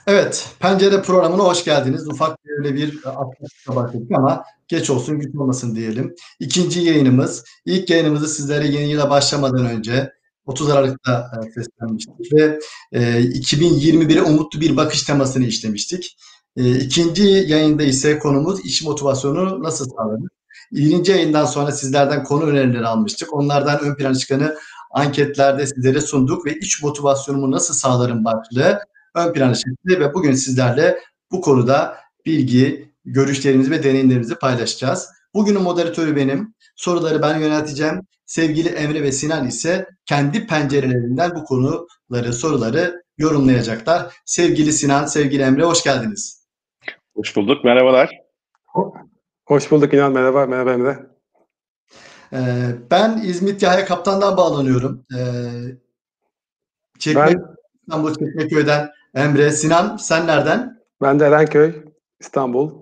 Evet, Pencere programına hoş geldiniz. Ufak böyle bir atlatışla başladık ama geç olsun güç olmasın diyelim. İkinci yayınımız. İlk yayınımızı sizlere yeni yıla başlamadan önce 30 Aralık'ta seslenmiştik ve 2021'e umutlu bir bakış temasını işlemiştik. İkinci yayında ise konumuz iş motivasyonu nasıl sağlanır? Birinci yayından sonra sizlerden konu önerileri almıştık. Onlardan ön plana çıkanı anketlerde sizlere sunduk ve iş motivasyonumu nasıl sağlarım başlığı ön plana çıktı ve bugün sizlerle bu konuda bilgi, görüşlerimizi ve deneyimlerimizi paylaşacağız. Bugünün moderatörü benim. Soruları ben yönelteceğim. Sevgili Emre ve Sinan ise kendi pencerelerinden bu konuları, soruları yorumlayacaklar. Sevgili Sinan, sevgili Emre hoş geldiniz. Hoş bulduk, merhabalar. Hoş bulduk İnan, merhaba, merhaba Emre. Ben İzmit Yahya Kaptan'dan bağlanıyorum. İstanbul Çekmeköy'den Emre. Sinan sen nereden? Ben de Erenköy, İstanbul.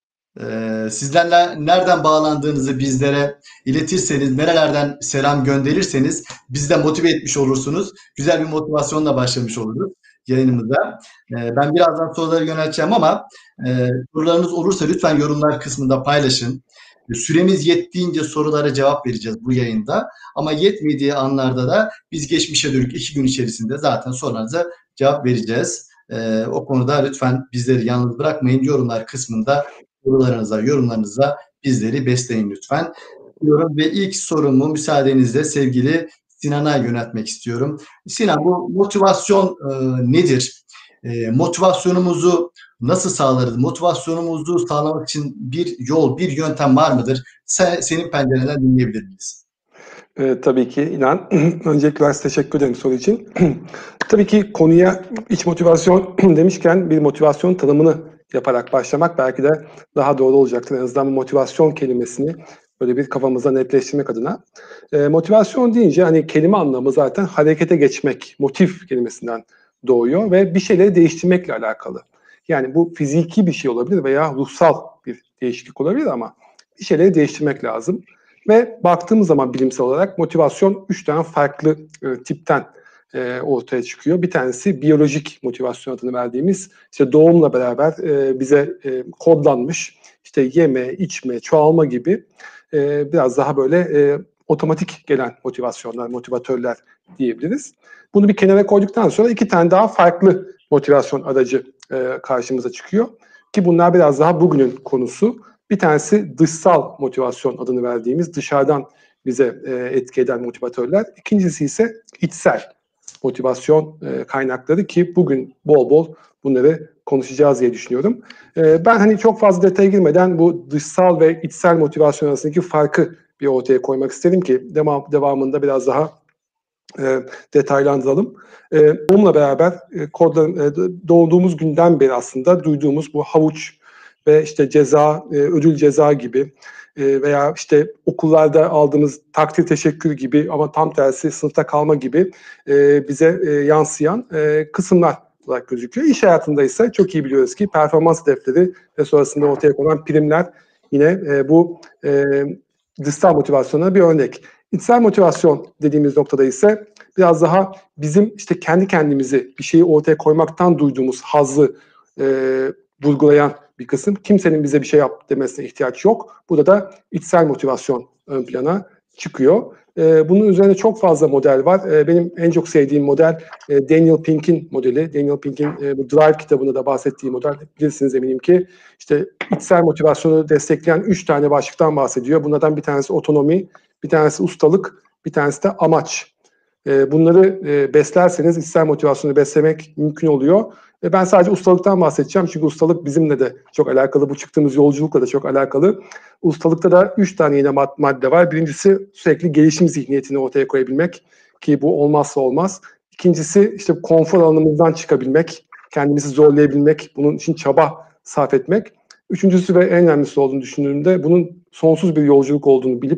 Sizlerle nereden bağlandığınızı bizlere iletirseniz, nerelerden selam gönderirseniz bizi de motive etmiş olursunuz. Güzel bir motivasyonla başlamış oluruz yayınımıza. Ben birazdan soruları yönelteceğim ama sorularınız olursa lütfen yorumlar kısmında paylaşın. Süremiz yettiğince sorulara cevap vereceğiz bu yayında. Ama yetmediği anlarda da biz geçmişe dönük 2 gün içerisinde zaten sorularınıza cevap vereceğiz. O konuda lütfen bizleri yalnız bırakmayın. Yorumlar kısmında sorularınıza, yorumlarınıza bizleri besleyin lütfen. Diyorum ve ilk sorumu müsaadenizle sevgili Sinan'a yöneltmek istiyorum. Sinan, bu motivasyon nedir? Motivasyonumuzu nasıl sağlarız? Motivasyonumuzu sağlamak için bir yol, bir yöntem var mıdır? Senin pencerenden dinleyebilir miyiz? Tabii ki İnan. Öncelikle teşekkür ederim soru için. Tabii ki konuya iç motivasyon demişken bir motivasyon tanımını yaparak başlamak belki de daha doğru olacaktır. En azından bu motivasyon kelimesini böyle bir kafamızda netleştirmek adına. Motivasyon deyince hani kelime anlamı zaten harekete geçmek, motif kelimesinden doğuyor ve bir şeyleri değiştirmekle alakalı. Yani bu fiziki bir şey olabilir veya ruhsal bir değişiklik olabilir ama bir şeyleri değiştirmek lazım. Ve baktığımız zaman bilimsel olarak motivasyon 3 tane farklı tipten ortaya çıkıyor. Bir tanesi biyolojik motivasyon adını verdiğimiz, işte doğumla beraber bize kodlanmış, işte yeme, içme, çoğalma gibi biraz daha böyle otomatik gelen motivasyonlar, motivatörler diyebiliriz. Bunu bir kenara koyduktan sonra 2 tane daha farklı motivasyon aracı karşımıza çıkıyor. Ki bunlar biraz daha bugünün konusu. Bir tanesi dışsal motivasyon adını verdiğimiz dışarıdan bize etki eden motivatörler. İkincisi ise içsel motivasyon kaynakları ki bugün bol bol bunları konuşacağız diye düşünüyorum. Ben hani çok fazla detaya girmeden bu dışsal ve içsel motivasyon arasındaki farkı bir ortaya koymak istedim ki devamında biraz daha detaylandıralım. Bununla beraber doğduğumuz günden beri aslında duyduğumuz bu havuç ve işte ceza, ödül ceza gibi veya işte okullarda aldığımız takdir teşekkür gibi ama tam tersi sınıfta kalma gibi bize yansıyan kısımlar olarak gözüküyor. İş hayatında ise çok iyi biliyoruz ki performans hedefleri ve sonrasında ortaya konan primler yine bu dışsal motivasyona bir örnek. İçsel motivasyon dediğimiz noktada ise biraz daha bizim işte kendi kendimizi bir şeyi ortaya koymaktan duyduğumuz hazzı vurgulayan bir kısım. Kimsenin bize bir şey yap demesine ihtiyaç yok. Burada da içsel motivasyon ön plana çıkıyor. Bunun üzerine çok fazla model var. Benim en çok sevdiğim model Daniel Pink'in modeli. Daniel Pink'in bu Drive kitabında da bahsettiği model. Bilirsiniz eminim ki işte içsel motivasyonu destekleyen 3 tane başlıktan bahsediyor. Bunlardan bir tanesi otonomi, bir tanesi ustalık, bir tanesi de amaç. Bunları beslerseniz içsel motivasyonu beslemek mümkün oluyor. Ben sadece ustalıktan bahsedeceğim çünkü ustalık bizimle de çok alakalı, bu çıktığımız yolculukla da çok alakalı. Ustalıkta da 3 tane yine madde var. Birincisi sürekli gelişim zihniyetini ortaya koyabilmek ki bu olmazsa olmaz. İkincisi işte konfor alanımızdan çıkabilmek, kendimizi zorlayabilmek, bunun için çaba sarf etmek. Üçüncüsü ve en önemlisi olduğunu düşündüğümde bunun sonsuz bir yolculuk olduğunu bilip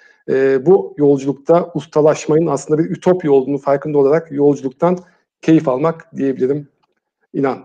bu yolculukta ustalaşmanın aslında bir ütopya olduğunu farkında olarak yolculuktan keyif almak diyebilirim. İnan.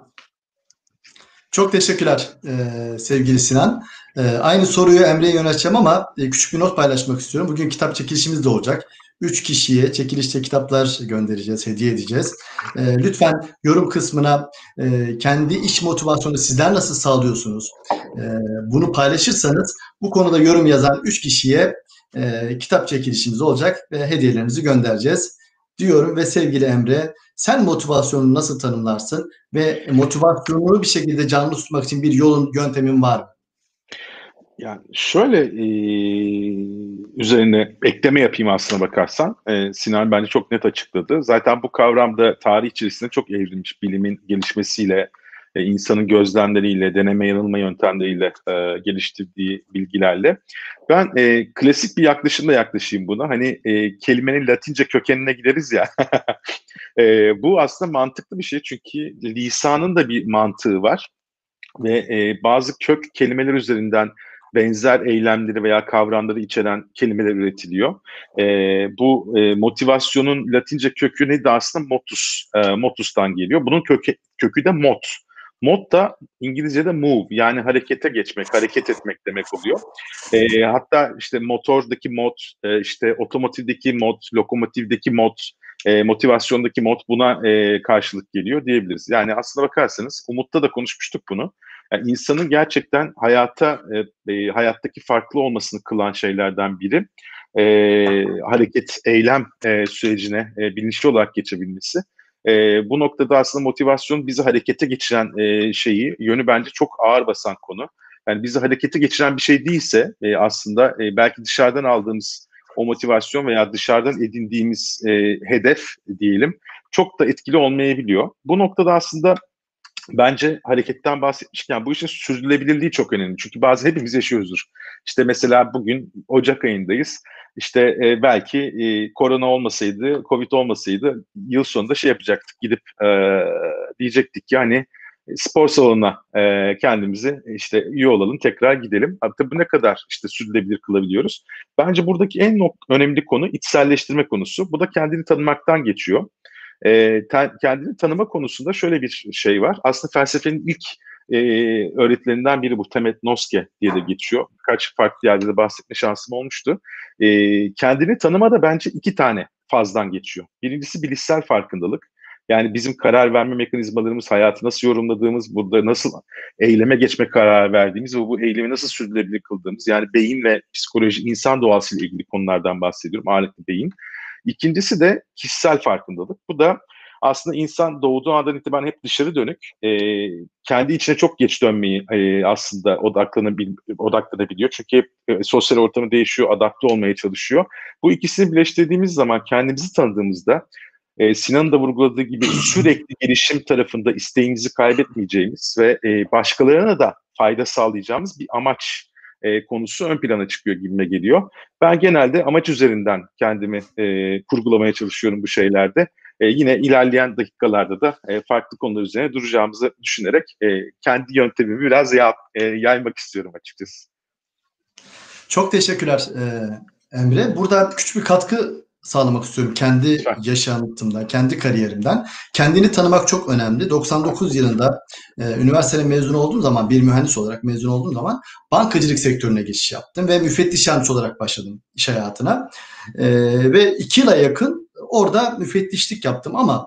Çok teşekkürler sevgili Sinan. Aynı soruyu Emre'ye yönelteceğim ama küçük bir not paylaşmak istiyorum. Bugün kitap çekilişimiz de olacak. 3 kişiye çekilişte kitaplar göndereceğiz, hediye edeceğiz. Lütfen yorum kısmına kendi iş motivasyonu sizler nasıl sağlıyorsunuz? Bunu paylaşırsanız bu konuda yorum yazan 3 kişiye kitap çekilişimiz olacak ve hediyelerinizi göndereceğiz diyorum ve sevgili Emre, sen motivasyonunu nasıl tanımlarsın ve motivasyonunu bir şekilde canlı tutmak için bir yolun, yöntemin var mı? Yani şöyle üzerine ekleme yapayım aslına bakarsan. Sinan bence çok net açıkladı. Zaten bu kavram da tarih içerisinde çok evrilmiş. Bilimin gelişmesiyle, insanın gözlemleriyle, deneme yanılma yöntemleriyle geliştirdiği bilgilerle. Ben klasik bir yaklaşımla yaklaşayım buna. Hani kelimenin Latince kökenine gideriz ya. Bu aslında mantıklı bir şey çünkü lisanın da bir mantığı var. Ve bazı kök kelimeler üzerinden benzer eylemleri veya kavramları içeren kelimeler üretiliyor. Bu motivasyonun Latince kökü neydi aslında? Motus. Motus'tan geliyor. Bunun kökü de mod. Mod da İngilizce'de move, yani harekete geçmek, hareket etmek demek oluyor. Hatta işte motordaki mod, işte otomotivdeki mod, lokomotivdeki mod, motivasyondaki mod buna karşılık geliyor diyebiliriz. Yani aslına bakarsanız Umut'ta da konuşmuştuk bunu. Yani insanın gerçekten hayattaki farklı olmasını kılan şeylerden biri hareket, eylem sürecine bilinçli olarak geçebilmesi. Bu noktada aslında motivasyon bizi harekete geçiren yönü bence çok ağır basan konu. Yani bizi harekete geçiren bir şey değilse aslında belki dışarıdan aldığımız o motivasyon veya dışarıdan edindiğimiz hedef diyelim çok da etkili olmayabiliyor. Bu noktada aslında bence hareketten bahsetmişken bu işin sürdürülebilirliği çok önemli. Çünkü hepimiz yaşıyoruzdur. İşte mesela bugün Ocak ayındayız. İşte belki korona olmasaydı, Covid olmasaydı yıl sonunda yapacaktık. Gidip diyecektik ki hani spor salonuna kendimizi işte üye olalım, tekrar gidelim. Tabii bu ne kadar işte sürdürülebilir kılabiliyoruz. Bence buradaki en önemli konu içselleştirme konusu. Bu da kendini tanımaktan geçiyor. Kendini tanıma konusunda şöyle bir şey var. Aslında felsefenin ilk öğretilerinden biri bu. Temet Noske diye de geçiyor. Birkaç farklı yerde de bahsetme şansım olmuştu. Kendini tanıma da bence 2 tane fazdan geçiyor. Birincisi bilişsel farkındalık. Yani bizim karar verme mekanizmalarımız, hayatı nasıl yorumladığımız, burada nasıl eyleme geçme kararı verdiğimiz ve bu eylemi nasıl sürdürülebilir kıldığımız, yani beyin ve psikoloji, insan doğasıyla ilgili konulardan bahsediyorum. Ağırlıklı beyin. İkincisi de kişisel farkındalık. Bu da aslında insan doğduğu andan itibaren hep dışarı dönük, kendi içine çok geç dönmeyi aslında odaklanabiliyor. Çünkü hep sosyal ortamı değişiyor, adapte olmaya çalışıyor. Bu ikisini birleştirdiğimiz zaman, kendimizi tanıdığımızda Sinan'ın da vurguladığı gibi sürekli gelişim tarafında isteğimizi kaybetmeyeceğimiz ve başkalarına da fayda sağlayacağımız bir amaç konusu ön plana çıkıyor gibime geliyor. Ben genelde amaç üzerinden kendimi kurgulamaya çalışıyorum bu şeylerde. Yine ilerleyen dakikalarda da farklı konular üzerine duracağımızı düşünerek kendi yöntemimi biraz yaymak istiyorum açıkçası. Çok teşekkürler Emre. Burada küçük bir katkı sağlamak istiyorum kendi Lütfen. yaşantımdan, kendi kariyerimden. Kendini tanımak çok önemli. 99 yılında üniversiteden mezun olduğum zaman, bir mühendis olarak mezun olduğum zaman bankacılık sektörüne geçiş yaptım ve müfettiş yardımcısı olarak başladım iş hayatına. Ve 2 yıla yakın orada müfettişlik yaptım ama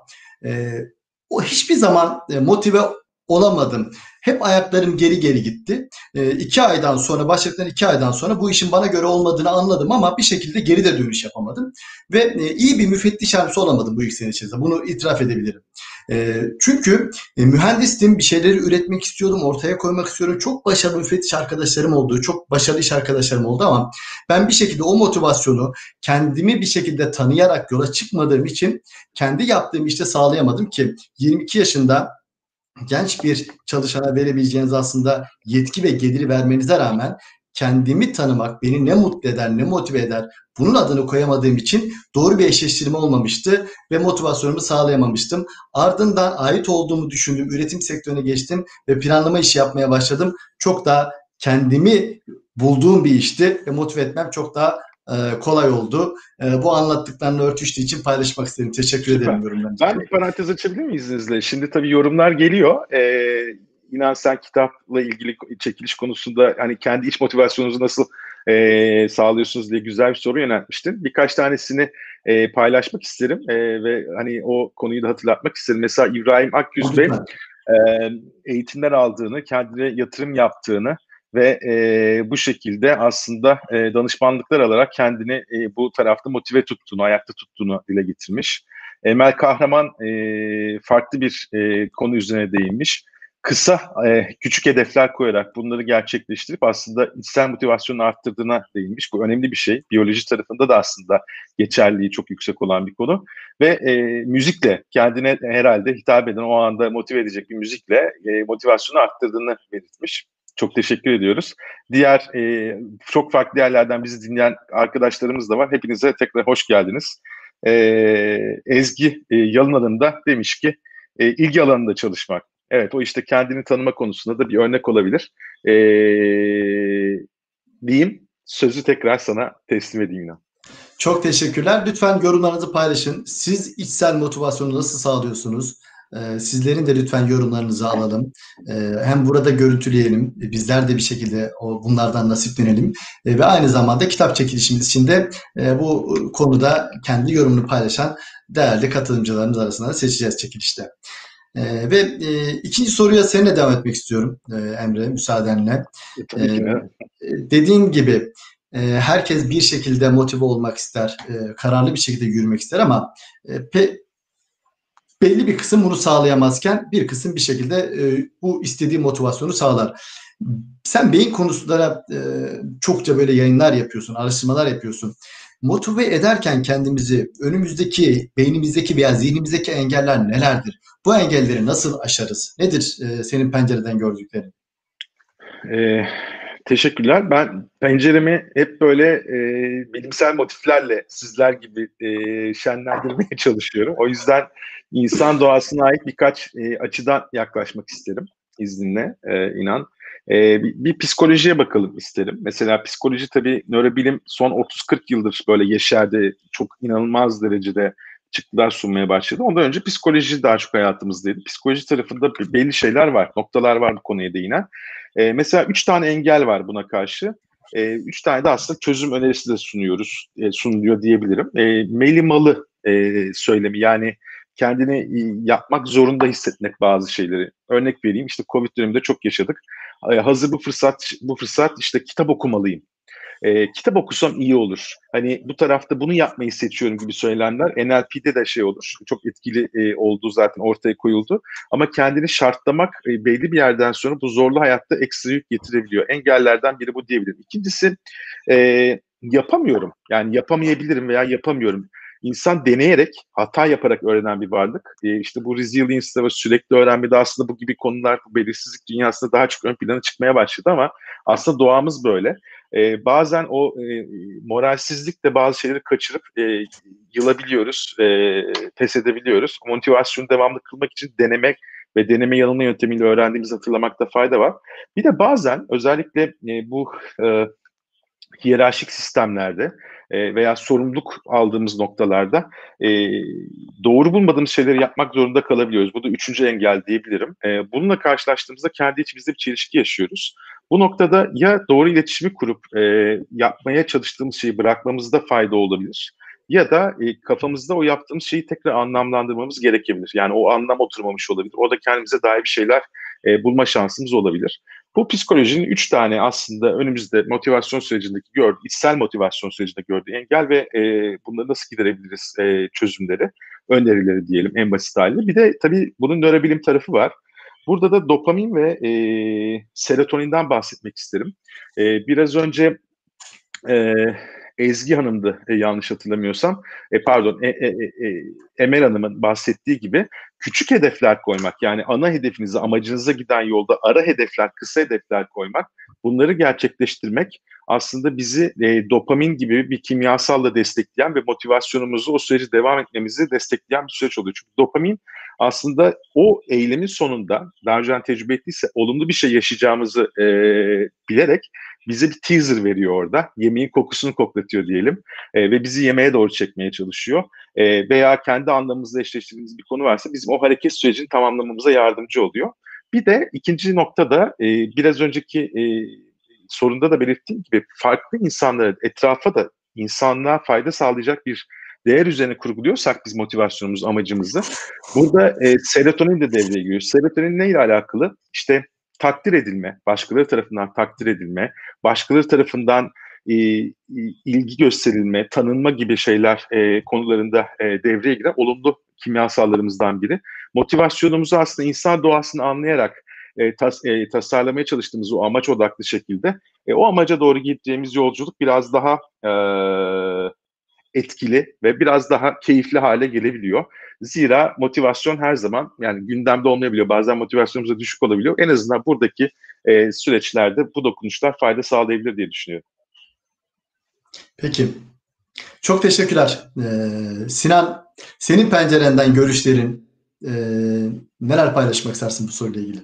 o hiçbir zaman motive olamadım. Hep ayaklarım geri geri gitti. 2 aydan sonra, başladıktan 2 aydan sonra bu işin bana göre olmadığını anladım ama bir şekilde geri de dönüş yapamadım. Ve iyi bir müfettiş yardımcısı olamadım bu ilk sene içerisinde. Bunu itiraf edebilirim. Çünkü mühendistim, bir şeyleri üretmek istiyordum, ortaya koymak istiyorum. Çok başarılı müfettiş arkadaşlarım oldu, çok başarılı iş arkadaşlarım oldu ama ben bir şekilde o motivasyonu kendimi bir şekilde tanıyarak yola çıkmadığım için kendi yaptığım işte sağlayamadım ki 22 yaşında genç bir çalışana verebileceğiniz aslında yetki ve geliri vermenize rağmen kendimi tanımak beni ne mutlu eder, ne motive eder, bunun adını koyamadığım için doğru bir eşleştirme olmamıştı ve motivasyonumu sağlayamamıştım. Ardından ait olduğumu düşündüm, üretim sektörüne geçtim ve planlama işi yapmaya başladım. Çok daha kendimi bulduğum bir işti ve motive etmem çok daha kolay oldu. Bu anlattıklarını örtüştüğü için paylaşmak istedim. Teşekkür ederim yorumlarınız için. Ben bir parantez açabilir miyim izninizle? Şimdi tabii yorumlar geliyor. İnan sen kitapla ilgili çekiliş konusunda hani kendi iç motivasyonunuzu nasıl sağlıyorsunuz diye güzel bir soru yöneltmiştin. Birkaç tanesini paylaşmak isterim ve hani o konuyu da hatırlatmak isterim. Mesela İbrahim Akyüz Bey Lütfen. eğitimler aldığını, kendine yatırım yaptığını ve bu şekilde aslında danışmanlıklar alarak kendini bu tarafta motive tuttuğunu, ayakta tuttuğunu dile getirmiş. Emel Kahraman farklı bir konu üzerine değinmiş. Kısa, küçük hedefler koyarak bunları gerçekleştirip aslında içsel motivasyonu arttırdığına değinmiş. Bu önemli bir şey. Biyoloji tarafında da aslında geçerliliği çok yüksek olan bir konu. Ve müzikle kendine herhalde hitap eden, o anda motive edecek bir müzikle motivasyonu arttırdığını belirtmiş. Çok teşekkür ediyoruz. Diğer çok farklı yerlerden bizi dinleyen arkadaşlarımız da var. Hepinize tekrar hoş geldiniz. Ezgi Yalın Hanım da demiş ki ilgi alanında çalışmak. Evet, o işte kendini tanıma konusunda da bir örnek olabilir. Diyeyim, sözü tekrar sana teslim edeyim. Çok teşekkürler. Lütfen yorumlarınızı paylaşın. Siz içsel motivasyonu nasıl sağlıyorsunuz? Sizlerin de lütfen yorumlarınızı alalım. Hem burada görüntüleyelim. Bizler de bir şekilde bunlardan nasiplenelim. Ve aynı zamanda kitap çekilişimiz için de bu konuda kendi yorumunu paylaşan değerli katılımcılarımız arasında seçeceğiz çekilişte. Ve ikinci soruya seninle devam etmek istiyorum Emre, müsaadenle. Tabii ki de. Dediğim gibi herkes bir şekilde motive olmak ister, kararlı bir şekilde yürümek ister ama belli bir kısım bunu sağlayamazken bir kısım bir şekilde bu istediği motivasyonu sağlar. Sen beyin konusunda çokça böyle yayınlar yapıyorsun, araştırmalar yapıyorsun. Motive ederken kendimizi önümüzdeki, beynimizdeki veya zihnimizdeki engeller nelerdir? Bu engelleri nasıl aşarız? Nedir senin pencereden gördüklerin? Teşekkürler. Ben penceremi hep böyle bilimsel motiflerle sizler gibi şenlendirmeye çalışıyorum. O yüzden insan doğasına ait birkaç açıdan yaklaşmak isterim izninle, inan. Bir psikolojiye bakalım isterim. Mesela psikoloji tabii nörobilim son 30-40 yıldır böyle yeşerdi. Çok inanılmaz derecede çıktılar sunmaya başladı. Ondan önce psikoloji daha çok hayatımızdaydı. Psikoloji tarafında belli şeyler var, noktalar var bu konuya değinen. Mesela 3 tane engel var buna karşı. 3 tane de aslında çözüm önerisi de sunuluyor diyebilirim. Meli malı söylemi, yani kendini yapmak zorunda hissetmek bazı şeyleri. Örnek vereyim, işte Covid döneminde çok yaşadık. Hazır bu fırsat işte kitap okumalıyım. Kitap okusam iyi olur. Hani bu tarafta bunu yapmayı seçiyorum gibi söylemler NLP'de de şey olur. Çok etkili olduğu zaten ortaya koyuldu. Ama kendini şartlamak belli bir yerden sonra bu zorlu hayatta ekstra yük getirebiliyor. Engellerden biri bu diyebilirim. İkincisi yapamıyorum. Yani yapamayabilirim veya yapamıyorum. İnsan deneyerek, hata yaparak öğrenen bir varlık. İşte bu resilience'da ve sürekli öğrenmede aslında bu gibi konular, bu belirsizlik dünyasında daha çok ön plana çıkmaya başladı ama aslında doğamız böyle. Bazen o moralsizlikle bazı şeyleri kaçırıp yılabiliyoruz, pes edebiliyoruz. Motivasyonu devamlı kılmak için denemek ve deneme yanılma yöntemiyle öğrendiğimizi hatırlamakta fayda var. Bir de bazen özellikle bu hiyerarşik sistemlerde veya sorumluluk aldığımız noktalarda doğru bulmadığımız şeyleri yapmak zorunda kalabiliyoruz. Bu da üçüncü engel diyebilirim. Bununla karşılaştığımızda kendi içimizde bir çelişki yaşıyoruz. Bu noktada ya doğru iletişimi kurup yapmaya çalıştığımız şeyi bırakmamızda fayda olabilir. Ya da kafamızda o yaptığımız şeyi tekrar anlamlandırmamız gerekebilir. Yani o anlam oturmamış olabilir. Orada kendimize dair bir şeyler bulma şansımız olabilir. Bu psikolojinin 3 tane aslında önümüzde motivasyon sürecindeki içsel motivasyon sürecinde gördüğü engel ve bunları nasıl giderebiliriz çözümleri, önerileri diyelim en basit haliyle. Bir de tabii bunun nörobilim tarafı var. Burada da dopamin ve serotoninden bahsetmek isterim. Biraz önce Ezgi Hanım'dı yanlış hatırlamıyorsam. Pardon, Emel Hanım'ın bahsettiği gibi küçük hedefler koymak, yani ana hedefinize, amacınıza giden yolda ara hedefler, kısa hedefler koymak, bunları gerçekleştirmek aslında bizi dopamin gibi bir kimyasalla destekleyen ve motivasyonumuzu, o süreci devam etmemizi destekleyen bir süreç oluyor. Çünkü dopamin aslında o eylemin sonunda, daha önce tecrübe ettiyse, olumlu bir şey yaşayacağımızı bilerek bize bir teaser veriyor orada. Yemeğin kokusunu koklatıyor diyelim. Ve bizi yemeğe doğru çekmeye çalışıyor. Veya kendi anlamımızla eşleştirdiğimiz bir konu varsa bizim o hareket sürecini tamamlamamıza yardımcı oluyor. Bir de ikinci noktada biraz önceki sorunda da belirttiğim gibi farklı insanlara, etrafa da insanlığa fayda sağlayacak bir değer üzerine kurguluyorsak biz motivasyonumuz, amacımızı, burada serotonin de devreye giriyor. Serotonin neyle alakalı? İşte takdir edilme, başkaları tarafından takdir edilme, başkaları tarafından ilgi gösterilme, tanınma gibi şeyler konularında devreye giren olumlu kimyasallarımızdan biri. Motivasyonumuzu aslında insan doğasını anlayarak tasarlamaya çalıştığımız o amaç odaklı şekilde o amaca doğru gideceğimiz yolculuk biraz daha etkili ve biraz daha keyifli hale gelebiliyor. Zira motivasyon her zaman yani gündemde olmayabiliyor. Bazen motivasyonumuz da düşük olabiliyor. En azından buradaki süreçlerde bu dokunuşlar fayda sağlayabilir diye düşünüyorum. Peki. Çok teşekkürler. Sinan, senin pencerenden görüşlerin neler paylaşmak istersin bu soruyla ilgili?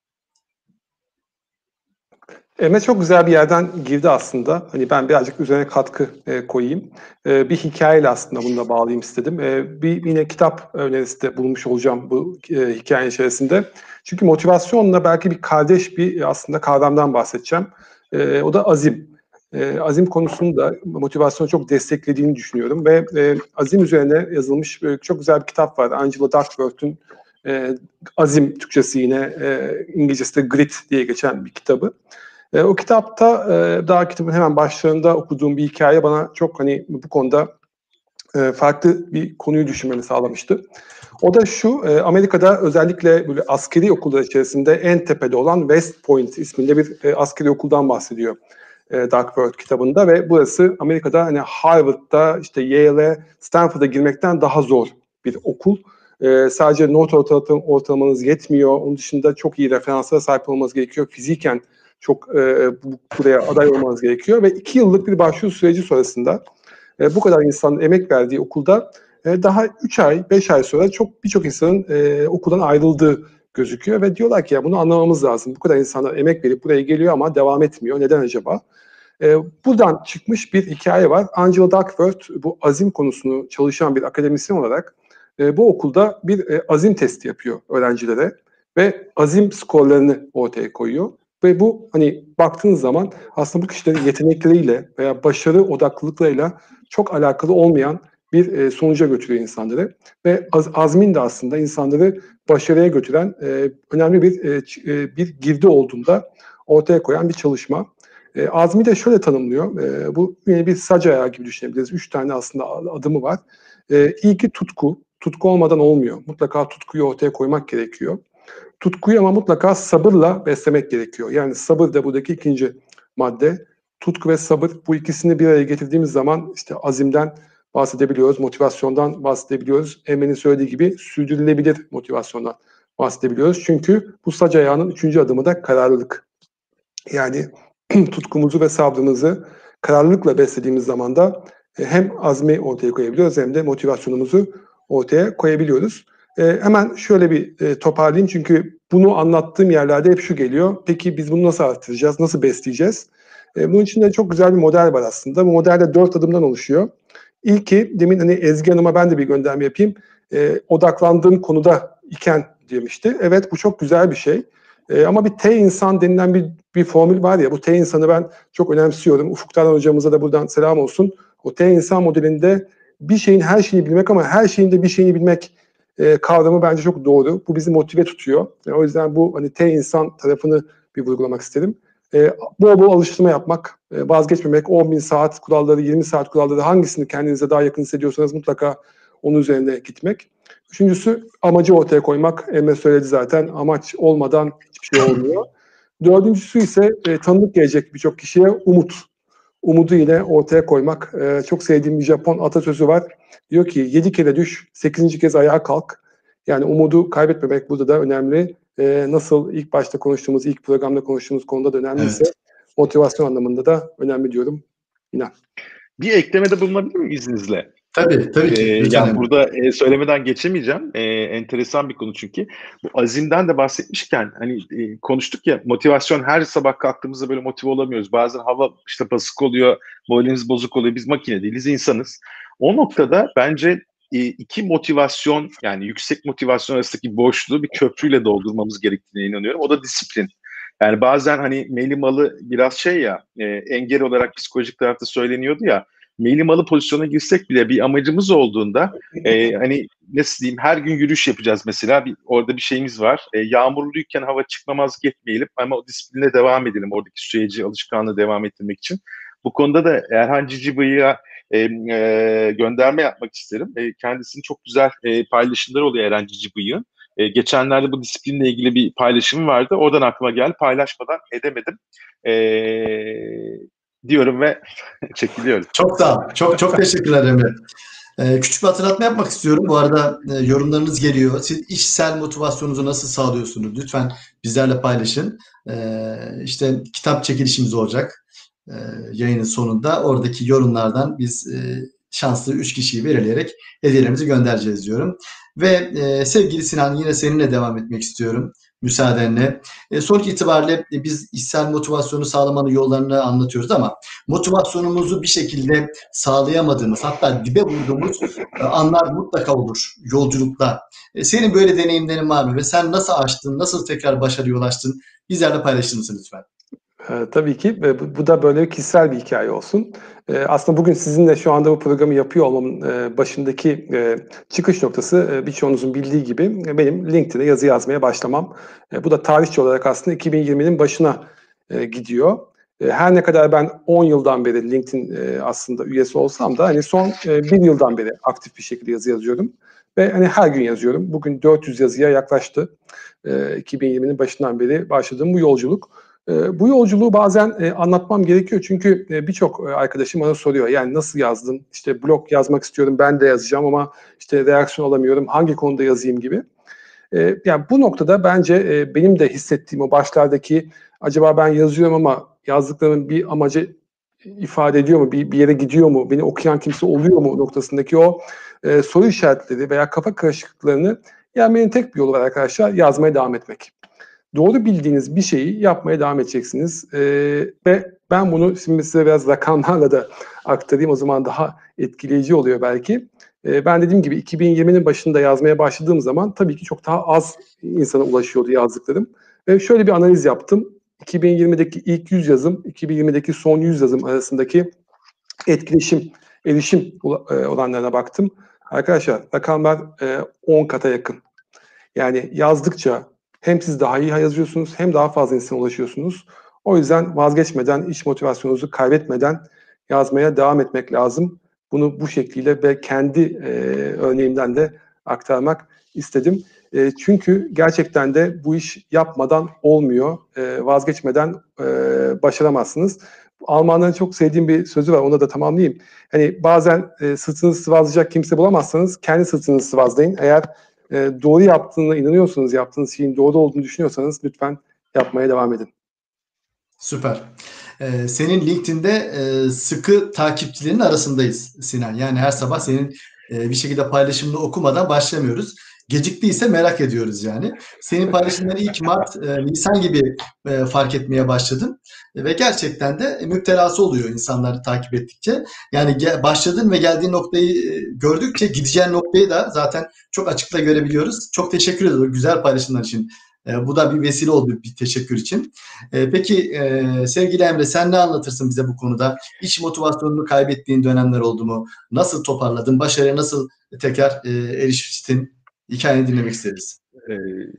Emre çok güzel bir yerden girdi aslında. Hani ben birazcık üzerine katkı koyayım. Bir hikayeyle aslında bunu da bağlayayım istedim. Bir yine kitap önerisi de bulmuş olacağım bu hikayenin içerisinde. Çünkü motivasyonla belki bir kardeş bir aslında kavramdan bahsedeceğim. O da azim. Azim konusunu da motivasyonu çok desteklediğini düşünüyorum ve azim üzerine yazılmış çok güzel bir kitap var. Angela Duckworth'un Azim, Türkçesi yine İngilizcesi de Grit diye geçen bir kitabı. O kitapta daha kitabın hemen başlarında okuduğum bir hikaye bana çok hani bu konuda farklı bir konuyu düşünmemi sağlamıştı. O da şu, Amerika'da özellikle böyle askeri okullar içerisinde en tepede olan West Point isminde bir askeri okuldan bahsediyor Duckworth kitabında ve burası Amerika'da hani Harvard'da işte Yale'e, Stanford'a girmekten daha zor bir okul. Sadece not ortalamanız yetmiyor. Onun dışında çok iyi referanslara sahip olmanız gerekiyor. Fiziken çok buraya aday olmanız gerekiyor ve 2 yıllık bir başvuru süreci sonrasında bu kadar insanın emek verdiği okulda daha 3 ay, 5 ay sonra birçok insanın okuldan ayrıldığı gözüküyor ve diyorlar ki ya bunu anlamamız lazım. Bu kadar insanlar emek verip buraya geliyor ama devam etmiyor. Neden acaba? Buradan çıkmış bir hikaye var. Angela Duckworth bu azim konusunu çalışan bir akademisyen olarak bu okulda bir azim testi yapıyor öğrencilere ve azim skorlarını ortaya koyuyor. Ve bu hani baktığınız zaman aslında bu kişilerin yetenekleriyle veya başarı odaklılıklarıyla çok alakalı olmayan bir sonuca götürüyor insanları. Ve azmin de aslında insanları başarıya götüren önemli bir girdi olduğunda ortaya koyan bir çalışma. Azmi de şöyle tanımlıyor. Bu yine bir sac ayağı gibi düşünebiliriz. 3 tane aslında adımı var. İlki tutku. Tutku olmadan olmuyor. Mutlaka tutkuyu ortaya koymak gerekiyor. Tutkuyu ama mutlaka sabırla beslemek gerekiyor. Yani sabır da buradaki ikinci madde. Tutku ve sabır, bu ikisini bir araya getirdiğimiz zaman işte azimden bahsedebiliyoruz, motivasyondan bahsedebiliyoruz. Emre'nin söylediği gibi sürdürülebilir motivasyondan bahsedebiliyoruz. Çünkü bu sac ayağının 3. adımı da kararlılık. Yani tutkumuzu ve sabrımızı kararlılıkla beslediğimiz zaman da hem azmi ortaya koyabiliyoruz hem de motivasyonumuzu ortaya koyabiliyoruz. Hemen şöyle bir toparlayayım çünkü bunu anlattığım yerlerde hep şu geliyor. Peki biz bunu nasıl arttıracağız, nasıl besleyeceğiz? Bunun için de çok güzel bir model var aslında. Bu model de 4 adımdan oluşuyor. İlki, demin hani Ezgi Hanım'a ben de bir gönderme yapayım. Odaklandığım konuda iken demişti. Evet, bu çok güzel bir şey. Ama bir T insan denilen bir formül var ya, bu T insanı ben çok önemsiyorum. Ufuk Taran hocamıza da buradan selam olsun. O T insan modelinde bir şeyin her şeyini bilmek ama her şeyin de bir şeyini bilmek kavramı bence çok doğru. Bu bizi motive tutuyor. O yüzden bu hani T insan tarafını bir vurgulamak istedim. Bol bol alıştırma yapmak, vazgeçmemek, 10.000 saat kuralları, 20 saat kuralları hangisini kendinize daha yakın hissediyorsanız mutlaka onun üzerine gitmek. Üçüncüsü amacı ortaya koymak. Emre söyledi zaten, amaç olmadan hiçbir şey olmuyor. Dördüncüsü ise tanıdık gelecek birçok kişiye umut. Umudu yine ortaya koymak. Çok sevdiğim bir Japon atasözü var. Diyor ki 7 kere düş, 8. kez ayağa kalk. Yani umudu kaybetmemek burada da önemli. Nasıl ilk başta konuştuğumuz, ilk programda konuştuğumuz konuda da önemliyse evet, motivasyon anlamında da önemli diyorum. İnan. Bir eklemede bulunabilir miyim izninizle? Tabii ki. Yani burada söylemeden geçemeyeceğim. Enteresan bir konu çünkü. Bu azimden de bahsetmişken hani konuştuk ya, motivasyon, her sabah kalktığımızda böyle motive olamıyoruz. Bazen hava işte basık oluyor, moralimiz bozuk oluyor. Biz makine değiliz, insanız. O noktada bence iki motivasyon, yani yüksek motivasyon arasındaki boşluğu bir köprüyle doldurmamız gerektiğine inanıyorum. O da disiplin. Yani bazen hani Melimalı biraz şey ya, engel olarak psikolojik tarafta söyleniyordu ya, Melimalı pozisyona girsek bile bir amacımız olduğunda hani nasıl diyeyim, her gün yürüyüş yapacağız mesela, orada bir şeyimiz var. Yağmurluyken hava çıkmamazlık etmeyelim ama o disipline devam edelim, oradaki süreci, alışkanlığı devam ettirmek için. Bu konuda da Erhan Cicibı'ya gönderme yapmak isterim. Kendisinin çok güzel paylaşımları oluyor Eren Cicibı'nın. Geçenlerde bu disiplinle ilgili bir paylaşım vardı. Oradan aklıma geldi. Paylaşmadan edemedim. E, diyorum ve çekiliyorum. Çok sağ ol. Çok çok teşekkürler Emre. Küçük bir hatırlatma yapmak istiyorum. Bu arada yorumlarınız geliyor. Siz işsel motivasyonunuzu nasıl sağlıyorsunuz? Lütfen bizlerle paylaşın. İşte kitap çekilişimiz olacak yayının sonunda. Oradaki yorumlardan biz şanslı 3 kişiyi belirleyerek hediyelerimizi göndereceğiz diyorum. Ve sevgili Sinan, yine seninle devam etmek istiyorum müsaadenle. Sonuç itibariyle biz işsel motivasyonu sağlamanın yollarını anlatıyoruz ama motivasyonumuzu bir şekilde sağlayamadığımız, hatta dibe vurduğumuz anlar mutlaka olur yolculukta. Senin böyle deneyimlerin var mı ve sen nasıl aştın, nasıl tekrar başarıya ulaştın? Bizlerle paylaşır mısın lütfen? Tabii ki. Bu da böyle kişisel bir hikaye olsun. Aslında bugün sizinle şu anda bu programı yapıyor olmamın başındaki çıkış noktası, birçoğunuzun bildiği gibi benim LinkedIn'e yazı yazmaya başlamam. Bu da tarihçi olarak aslında 2020'nin başına gidiyor. Her ne kadar ben 10 yıldan beri LinkedIn aslında üyesi olsam da hani son 1 yıldan beri aktif bir şekilde yazı yazıyorum. Ve hani her gün yazıyorum. Bugün 400 yazıya yaklaştı. 2020'nin başından beri başladığım bu yolculuk. Bu yolculuğu bazen anlatmam gerekiyor çünkü birçok arkadaşım bana soruyor. Yani nasıl yazdın? İşte blog yazmak istiyorum, ben de yazacağım ama işte reaksiyon alamıyorum. Hangi konuda yazayım gibi. Yani bu noktada bence benim de hissettiğim o başlardaki acaba ben yazıyorum ama yazdıklarımın bir amacı ifade ediyor mu? Bir yere gidiyor mu? Beni okuyan kimse oluyor mu noktasındaki o soru işaretleri veya kafa karışıklıklarını yenmenin tek bir yolu var arkadaşlar. Yazmaya devam etmek. Doğru bildiğiniz bir şeyi yapmaya devam edeceksiniz. Ve ben bunu şimdi size biraz rakamlarla da aktarayım. O zaman daha etkileyici oluyor belki. Ben dediğim gibi 2020'nin başında yazmaya başladığım zaman tabii ki çok daha az insana ulaşıyordu yazdıklarım. Ve şöyle bir analiz yaptım. 2020'deki ilk 100 yazım, 2020'deki son 100 yazım arasındaki etkileşim, erişim oranlarına baktım. Arkadaşlar rakamlar 10 kata yakın. Yani yazdıkça hem siz daha iyi yazıyorsunuz hem daha fazla insana ulaşıyorsunuz. O yüzden vazgeçmeden, iç motivasyonunuzu kaybetmeden yazmaya devam etmek lazım. Bunu bu şekliyle ve kendi örneğimden de aktarmak istedim. Çünkü gerçekten de bu iş yapmadan olmuyor. Vazgeçmeden başaramazsınız. Almanların çok sevdiğim bir sözü var, onu da tamamlayayım. Hani bazen sırtınızı sıvazlayacak kimse bulamazsanız kendi sırtınızı sıvazlayın. Eğer doğru yaptığına inanıyorsanız, yaptığınız şeyin doğru olduğunu düşünüyorsanız lütfen yapmaya devam edin. Süper. Senin LinkedIn'de sıkı takipçilerin arasındayız Sinan. Yani her sabah senin bir şekilde paylaşımını okumadan başlamıyoruz. Geciktiyse merak ediyoruz yani. Senin paylaşımları ilk Mart, Nisan gibi fark etmeye başladım. Ve gerçekten de müptelası oluyor insanları takip ettikçe. Yani başladın ve geldiğin noktayı gördükçe gideceğin noktayı da zaten çok açıkla görebiliyoruz. Çok teşekkür ederim güzel paylaşımlar için. Bu da bir vesile oldu bir teşekkür için. Peki sevgili Emre, sen ne anlatırsın bize bu konuda? İç motivasyonunu kaybettiğin dönemler oldu mu? Nasıl toparladın? Başarıya nasıl tekrar eriştin? Hikayeni dinlemek isteriz. E,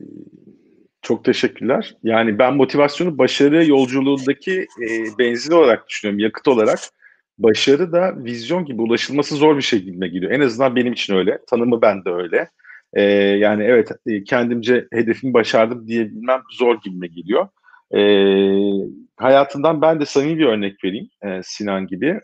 çok teşekkürler. Yani ben motivasyonu başarı yolculuğundaki benzin olarak düşünüyorum, yakıt olarak. Başarı da vizyon gibi ulaşılması zor bir şey gibime geliyor. En azından benim için öyle. Tanımı bende öyle. Yani evet, kendimce hedefimi başardım diyebilmem zor gibime geliyor. Hayatından ben de samimi bir örnek vereyim, Sinan gibi.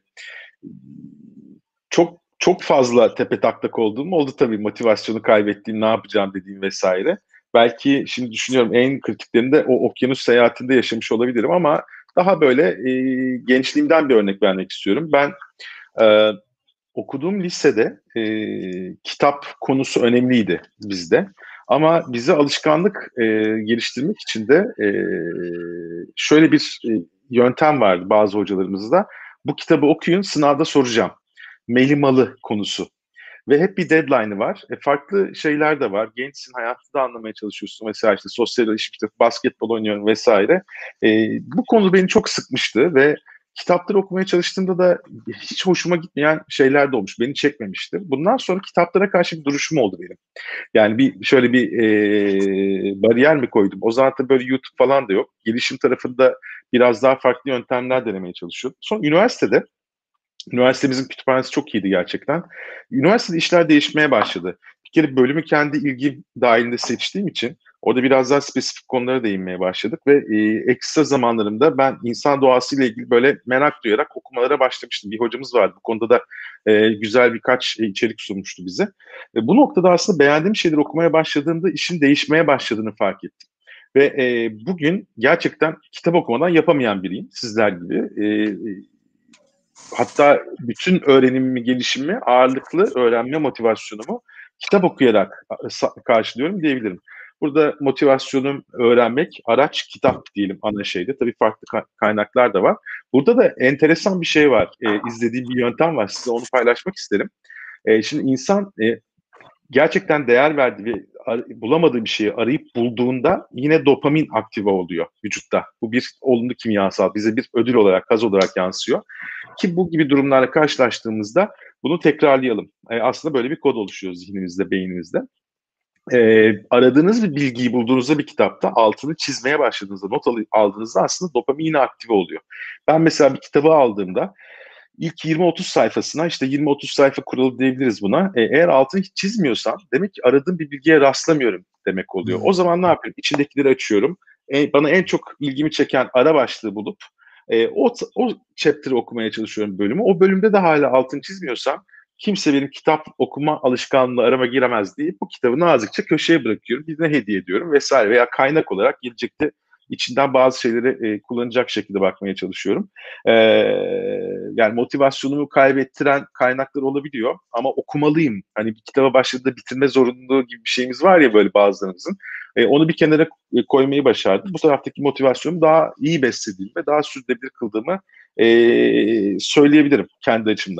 Çok çok fazla tepe taklak olduğum oldu tabii, motivasyonu kaybettiğim, ne yapacağım dediğim vesaire. Belki şimdi düşünüyorum en kritiklerinde o okyanus seyahatinde yaşamış olabilirim ama daha böyle gençliğimden bir örnek vermek istiyorum. Ben e, okuduğum lisede kitap konusu önemliydi bizde. Ama bize alışkanlık geliştirmek için de şöyle bir yöntem vardı bazı hocalarımızda. Bu kitabı okuyun, sınavda soracağım. Melimalı konusu. ve hep bir deadline'ı var. Farklı şeyler de var. Gençsin, hayatı da anlamaya çalışıyorsun. Mesela işte sosyal ilişki, basketbol oynuyorum vesaire. Bu konu beni çok sıkmıştı ve kitapları okumaya çalıştığımda da hiç hoşuma gitmeyen şeyler de olmuş. Beni çekmemişti. Bundan sonra kitaplara karşı bir duruşum oldu benim. Yani şöyle bir bariyer mi koydum? O zaman da böyle YouTube falan da yok. Gelişim tarafında biraz daha farklı yöntemler denemeye çalışıyordum. Sonra üniversitemizin kütüphanesi çok iyiydi gerçekten. Üniversitede işler değişmeye başladı. Bir kere bölümü kendi ilgim dahilinde seçtiğim için orada biraz daha spesifik konulara değinmeye başladık ve ekstra zamanlarımda ben insan doğasıyla ilgili böyle merak duyarak okumalara başlamıştım. Bir hocamız vardı. Bu konuda da güzel birkaç içerik sunmuştu bize. Bu noktada aslında beğendiğim şeyleri okumaya başladığımda işin değişmeye başladığını fark ettim. Ve bugün gerçekten kitap okumadan yapamayan biriyim sizler gibi. Hatta bütün öğrenimimi, gelişimimi, ağırlıklı öğrenme motivasyonumu kitap okuyarak karşılıyorum diyebilirim. Burada motivasyonum öğrenmek, araç kitap diyelim ana şeyde. Tabii farklı kaynaklar da var. Burada da enteresan bir şey var. İzlediğim bir yöntem var. Size onu paylaşmak isterim. Şimdi insan gerçekten değer verdiği ve bulamadığı bir şeyi arayıp bulduğunda yine dopamin aktive oluyor vücutta. Bu bir olumlu kimyasal. Bize bir ödül olarak, haz olarak yansıyor. Ki bu gibi durumlarla karşılaştığımızda bunu tekrarlayalım. Aslında böyle bir kod oluşuyor zihnimizde, beynimizde. Aradığınız bir bilgiyi bulduğunuzda bir kitapta altını çizmeye başladığınızda, not aldığınızda aslında dopamin yine aktive oluyor. Ben mesela bir kitabı aldığımda ilk 20-30 sayfasına, işte 20-30 sayfa kuralı diyebiliriz buna. Eğer altını hiç çizmiyorsam demek ki aradığım bir bilgiye rastlamıyorum demek oluyor. O zaman ne yapıyorum? İçindekileri açıyorum. Bana en çok ilgimi çeken ara başlığı bulup o chapter'ı okumaya çalışıyorum, bölümü. O bölümde de hala altını çizmiyorsam kimse benim kitap okuma alışkanlığı arama giremez deyip bu kitabı nazikçe köşeye bırakıyorum. Birine hediye ediyorum vesaire, veya kaynak olarak gelecekte içinden bazı şeyleri kullanacak şekilde bakmaya çalışıyorum. Yani motivasyonumu kaybettiren kaynaklar olabiliyor ama okumalıyım. Hani bir kitaba başladığında bitirme zorunluluğu gibi bir şeyimiz var ya böyle bazılarımızın. Onu bir kenara koymayı başardım. Bu taraftaki motivasyonumu daha iyi beslediğimi ve daha sürdürülebilir kıldığımı söyleyebilirim kendi açımdan.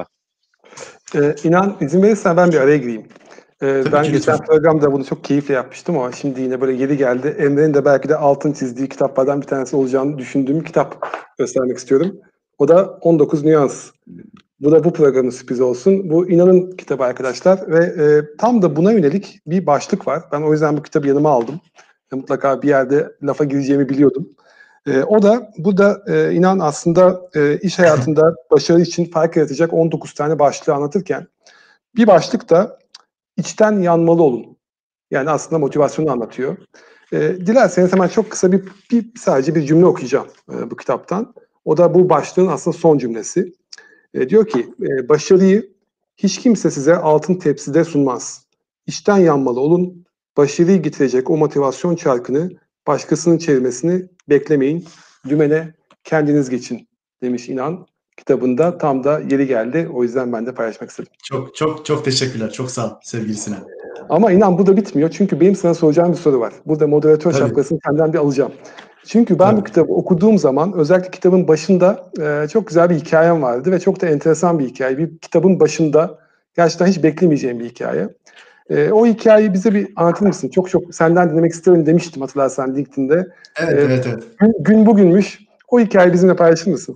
İnan, izin verirsen ben bir araya gireyim. Ben ki, geçen lütfen. programda bunu çok keyifle yapmıştım ama şimdi yine böyle yeri geldi. Emre'nin de belki de altın çizdiği kitaplardan bir tanesi olacağını düşündüğüm kitap göstermek istiyorum. O da 19 Nüans. Bu da bu programın sürprizi olsun. Bu İnan'ın kitabı arkadaşlar ve tam da buna yönelik bir başlık var. Ben o yüzden bu kitabı yanıma aldım. Mutlaka bir yerde lafa gireceğimi biliyordum. O da burada İnan aslında iş hayatında başarı için fark yaratacak 19 tane başlığı anlatırken bir başlık da içten yanmalı olun. Yani aslında motivasyonu anlatıyor. Dilerseniz hemen çok kısa sadece bir cümle okuyacağım bu kitaptan. O da bu başlığın aslında son cümlesi. Diyor ki başarıyı hiç kimse size altın tepside sunmaz. İçten yanmalı olun. Başarıyı getirecek o motivasyon çarkını başkasının çevirmesini beklemeyin. Dümene kendiniz geçin demiş İnan kitabında. Tam da yeri geldi. O yüzden ben de paylaşmak istedim. Çok çok çok teşekkürler. Çok sağ ol sevgili Sinan. Ama İnan bu da bitmiyor. Çünkü benim sana soracağım bir soru var. Burada moderatör Tabii. şapkasını senden bir alacağım. Çünkü ben bu kitabı okuduğum zaman özellikle kitabın başında çok güzel bir hikayem vardı ve çok da enteresan bir hikaye. Bir kitabın başında gerçekten hiç beklemeyeceğim bir hikaye. O hikayeyi bize bir anlatır mısın? Çok senden dinlemek isterim demiştim hatırlarsan LinkedIn'de. Evet. Gün bugünmüş. O hikayeyi bizimle paylaşır mısın?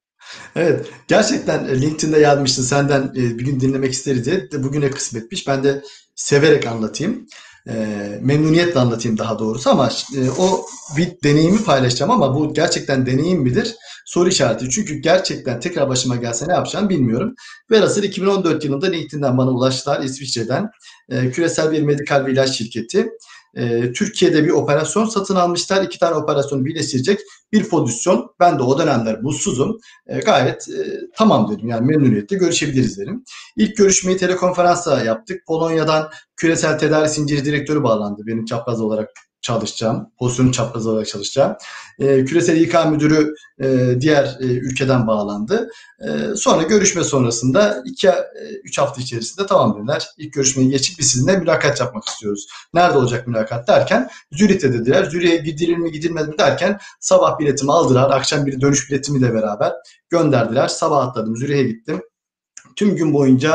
Evet, gerçekten LinkedIn'de yazmıştın senden bir gün dinlemek isteriz diye. Bugüne kısmetmiş. Ben de severek anlatayım. Memnuniyetle anlatayım daha doğrusu ama o bir deneyimi paylaşacağım ama bu gerçekten deneyim midir? Soru işareti. Çünkü gerçekten tekrar başıma gelse ne yapacağım bilmiyorum. Velhasıl 2014 yılında LinkedIn'den bana ulaştılar İsviçre'den. Küresel bir medikal bir ilaç şirketi. Türkiye'de bir operasyon satın almışlar. 2 tane operasyonu birleştirecek bir pozisyon. Ben de o dönemler mutsuzum. Gayet tamam dedim, yani memnuniyetle görüşebiliriz dedim. İlk görüşmeyi telekonferansla yaptık. Polonya'dan küresel tedarik zinciri direktörü bağlandı. Benim çapraz olarak çalışacağım, pozisyonun çapraz olarak çalışacağım. Küresel İK müdürü diğer ülkeden bağlandı. Sonra görüşme sonrasında 2-3 hafta içerisinde tamam dediler. İlk görüşmeyi geçip biz sizinle mülakat yapmak istiyoruz. Nerede olacak mülakat derken Zürih'te dediler. Zürih'e gidilir mi gidilmez mi derken sabah biletimi aldılar. Akşam bir dönüş biletimi de beraber gönderdiler. Sabah atladım, Zürih'e gittim. Tüm gün boyunca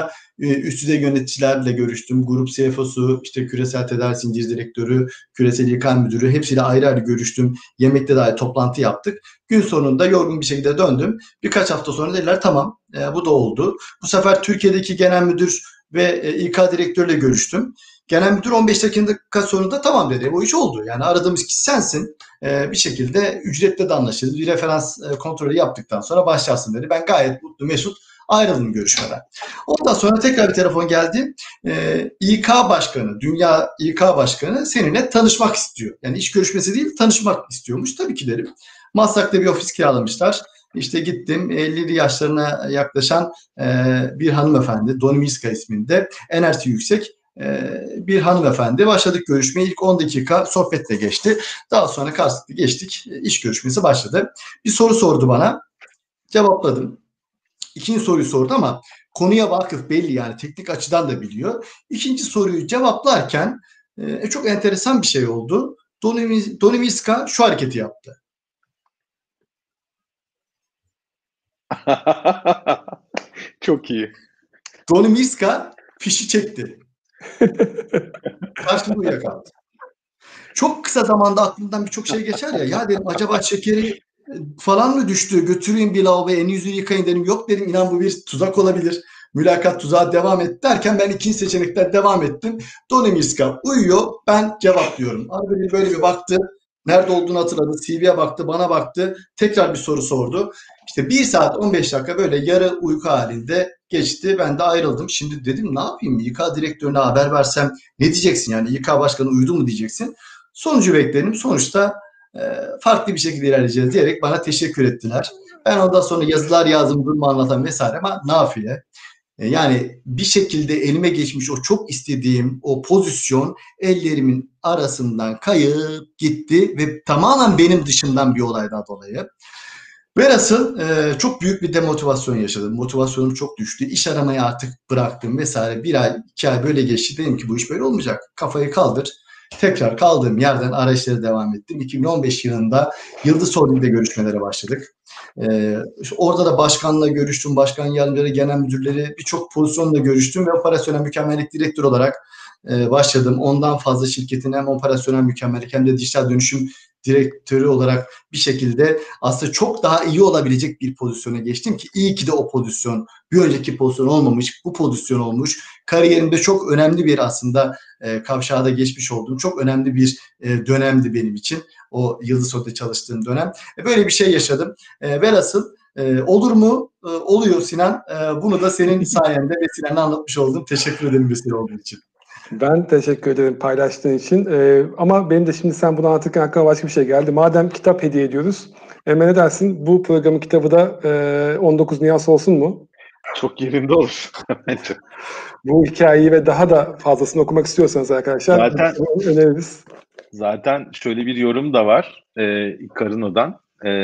üst düzey yöneticilerle görüştüm. Grup CFO'su, işte küresel tedarik zincir direktörü, küresel İK müdürü hepsiyle ayrı ayrı görüştüm. Yemekte dair toplantı yaptık. Gün sonunda yorgun bir şekilde döndüm. Birkaç hafta sonra dediler tamam bu da oldu. Bu sefer Türkiye'deki genel müdür ve İK direktörle görüştüm. Genel müdür 15 dakika sonunda tamam dedi. Bu iş oldu. Yani aradığımız kişi sensin. Bir şekilde ücretle de anlaşırız. Bir referans kontrolü yaptıktan sonra başlarsın dedi. Ben gayet mutlu, mesut ayrıldım görüşmeden. Ondan sonra tekrar bir telefon geldi. İK Başkanı, Dünya İK Başkanı seninle tanışmak istiyor. Yani iş görüşmesi değil, tanışmak istiyormuş. Tabii ki derim. Maslak'ta bir ofis kiralamışlar. İşte gittim, 50'li yaşlarına yaklaşan bir hanımefendi, Donimiska isminde, enerjisi yüksek bir hanımefendi. Başladık görüşmeye. İlk 10 dakika sohbetle geçti. Daha sonra karşılıklı geçtik. İş görüşmesi başladı. Bir soru sordu bana. Cevapladım. İkinci soruyu sordu ama konuya vakıf belli, yani teknik açıdan da biliyor. İkinci soruyu cevaplarken çok enteresan bir şey oldu. Donimiska şu hareketi yaptı. Çok iyi. Donimiska fişi çekti. Karşımda uyuyakaldı. Çok kısa zamanda aklımdan birçok şey geçer ya. Ya dedim acaba şekeri falan mı düştü? Götüreyim bir lavaboya, elini yüzünü yıkayın dedim. Yok dedim, inan bu bir tuzak olabilir. Mülakat tuzağa devam et derken ben ikinci seçenekten devam ettim. Donimiska uyuyor. Ben cevaplıyorum. Abi böyle bir baktı. Nerede olduğunu hatırladı. CV'ye baktı, bana baktı. Tekrar bir soru sordu. İşte 1 saat 15 dakika böyle yarı uyku halinde geçti. Ben de ayrıldım. Şimdi dedim ne yapayım? İK direktörüne haber versem ne diyeceksin? Yani İK başkanı uyudu mu diyeceksin. Sonucu bekledim. Sonuçta farklı bir şekilde ilerleyeceğiz diyerek bana teşekkür ettiler. Ben ondan sonra yazılar yazdım, durumu anlatan vesaire ama nafile. Yani bir şekilde elime geçmiş o çok istediğim o pozisyon ellerimin arasından kayıp gitti ve tamamen benim dışımdan bir olaydan dolayı. Velhasıl çok büyük bir demotivasyon yaşadım. Motivasyonum çok düştü. İş aramayı artık bıraktım vesaire. 1 ay, 2 ay böyle geçti. Dedim ki bu iş böyle olmayacak. Kafayı kaldır. Tekrar kaldığım yerden arayışlara devam ettim. 2015 yılında Yıldız Holding'de görüşmelere başladık. Orada da başkanla görüştüm. Başkan yardımcıları, genel müdürleri, birçok pozisyonla görüştüm ve operasyonel mükemmellik direktörü olarak başladım. Ondan fazla şirketin hem operasyonel mükemmellik hem de dijital dönüşüm direktörü olarak bir şekilde aslında çok daha iyi olabilecek bir pozisyona geçtim ki iyi ki de o pozisyon bir önceki pozisyon olmamış, bu pozisyon olmuş. Kariyerimde çok önemli bir aslında kavşağa da geçmiş olduğum çok önemli bir dönemdi benim için. O Yıldız Holding'de çalıştığım dönem. Böyle bir şey yaşadım. Velhasıl olur mu? Oluyor Sinan. Bunu da senin sayende ve Sinan'a anlatmış oldum. Teşekkür ederim vesile olduğun için. Ben teşekkür ederim paylaştığın için. Ama benim de şimdi sen bunu anlatırken aklıma başka bir şey geldi. Madem kitap hediye ediyoruz, ne dersin? Bu programın kitabı da 19 Nüans olsun mu? Çok yerinde olur. Bence. Bu hikayeyi ve daha da fazlasını okumak istiyorsanız arkadaşlar öneririz. Zaten şöyle bir yorum da var Carino'dan.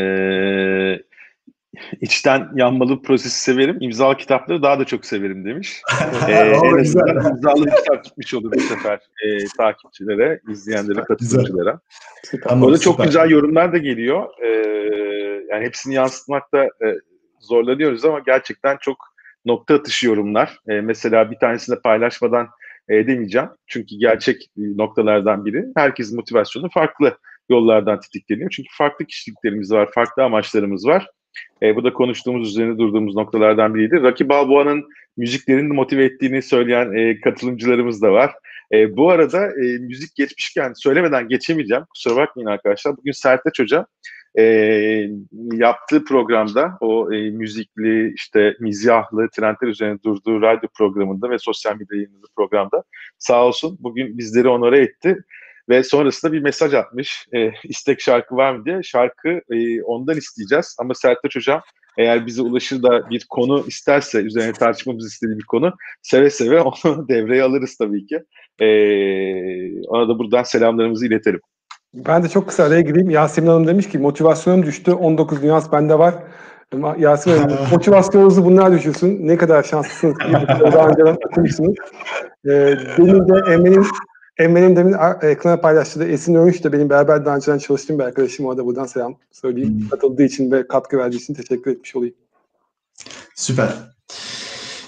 İçten yanmalı prosesi severim. İmzalı kitapları daha da çok severim demiş. En azından imzalı bir kitap gitmiş olur bu sefer takipçilere, izleyenlere, katılımcılara. Tamam, orada çok güzel yorumlar da geliyor. Yani hepsini yansıtmakta zorlanıyoruz ama gerçekten çok nokta atışı yorumlar. Mesela bir tanesini paylaşmadan demeyeceğim. Çünkü gerçek noktalardan biri. Herkesin motivasyonu farklı yollardan tetikleniyor. Çünkü farklı kişiliklerimiz var, farklı amaçlarımız var. Bu da konuştuğumuz, üzerine durduğumuz noktalardan biriydi. Rocky Balboa'nın müziklerini motive ettiğini söyleyen katılımcılarımız da var. Bu arada müzik geçmişken söylemeden geçemeyeceğim. Kusura bakmayın arkadaşlar. Bugün Sertaç Hoca yaptığı programda o müzikli, işte mizahlı, trendler üzerine durduğu radyo programında ve sosyal medya yayınladığı programda sağ olsun bugün bizleri onore etti. Ve sonrasında bir mesaj atmış. İstek şarkı var mı diye. Şarkı ondan isteyeceğiz. Ama Sertaç Hocam eğer bize ulaşır da bir konu isterse, üzerine tartışmamızı istediği bir konu, seve seve onu devreye alırız tabii ki. Ona da buradan selamlarımızı iletelim. Ben de çok kısa araya gireyim. Yasemin Hanım demiş ki motivasyonum düştü. 19 Nüans bende var. Yasemin Hanım motivasyonunuzu bunlar düşürsün. Ne kadar şanslısınız. Daha önceden okumuşsunuz. Benim de Emre'nin demin ekrana paylaştığı Esin Övünç de benim beraber daha önceden çalıştığım bir arkadaşım. Ona da buradan selam söyleyeyim. Katıldığı için ve katkı verdiği için teşekkür etmiş olayım. Süper.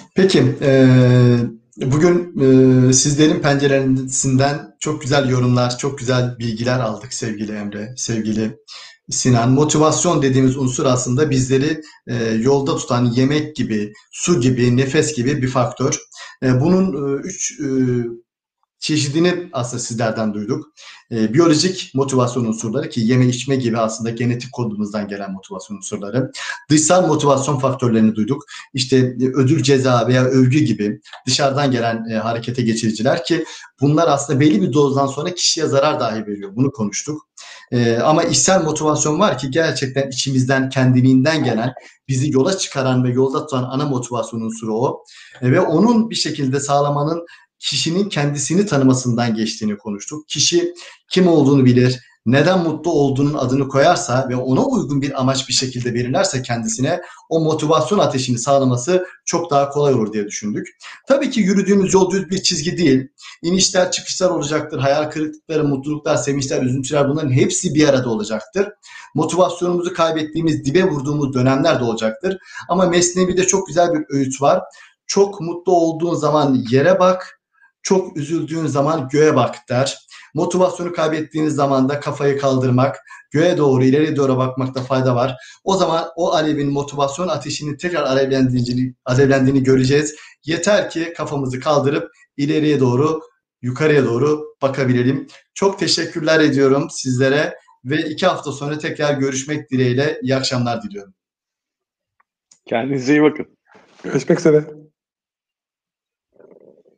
Peki, bugün sizlerin penceresinden çok güzel yorumlar, çok güzel bilgiler aldık sevgili Emre, sevgili Sinan. Motivasyon dediğimiz unsur aslında bizleri yolda tutan yemek gibi, su gibi, nefes gibi bir faktör. Bunun üç çeşidini aslında sizlerden duyduk. Biyolojik motivasyon unsurları ki yeme içme gibi aslında genetik kodumuzdan gelen motivasyon unsurları. Dışsal motivasyon faktörlerini duyduk. İşte ödül, ceza veya övgü gibi dışarıdan gelen harekete geçiriciler ki bunlar aslında belli bir dozdan sonra kişiye zarar dahi veriyor. Bunu konuştuk. Ama içsel motivasyon var ki gerçekten içimizden, kendiliğinden gelen, bizi yola çıkaran ve yolda tutan ana motivasyon unsuru o. Ve onun bir şekilde sağlamanın kişinin kendisini tanımasından geçtiğini konuştuk. Kişi kim olduğunu bilir, neden mutlu olduğunun adını koyarsa ve ona uygun bir amaç bir şekilde belirlerse kendisine o motivasyon ateşini sağlaması çok daha kolay olur diye düşündük. Tabii ki yürüdüğümüz yol düz bir çizgi değil. İnişler, çıkışlar olacaktır. Hayal kırıklıkları, mutluluklar, sevinçler, üzüntüler bunların hepsi bir arada olacaktır. Motivasyonumuzu kaybettiğimiz, dibe vurduğumuz dönemler de olacaktır. Ama Mesnevi'de çok güzel bir öğüt var. Çok mutlu olduğun zaman yere bak, çok üzüldüğün zaman göğe bak der. Motivasyonu kaybettiğiniz zaman da kafayı kaldırmak, göğe doğru, ileriye doğru bakmakta fayda var. O zaman o alevin, motivasyon ateşinin tekrar alevlendiğini göreceğiz. Yeter ki kafamızı kaldırıp ileriye doğru, yukarıya doğru bakabilelim. Çok teşekkürler ediyorum sizlere ve 2 hafta sonra tekrar görüşmek dileğiyle iyi akşamlar diliyorum. Kendinize iyi bakın. Görüşmek üzere.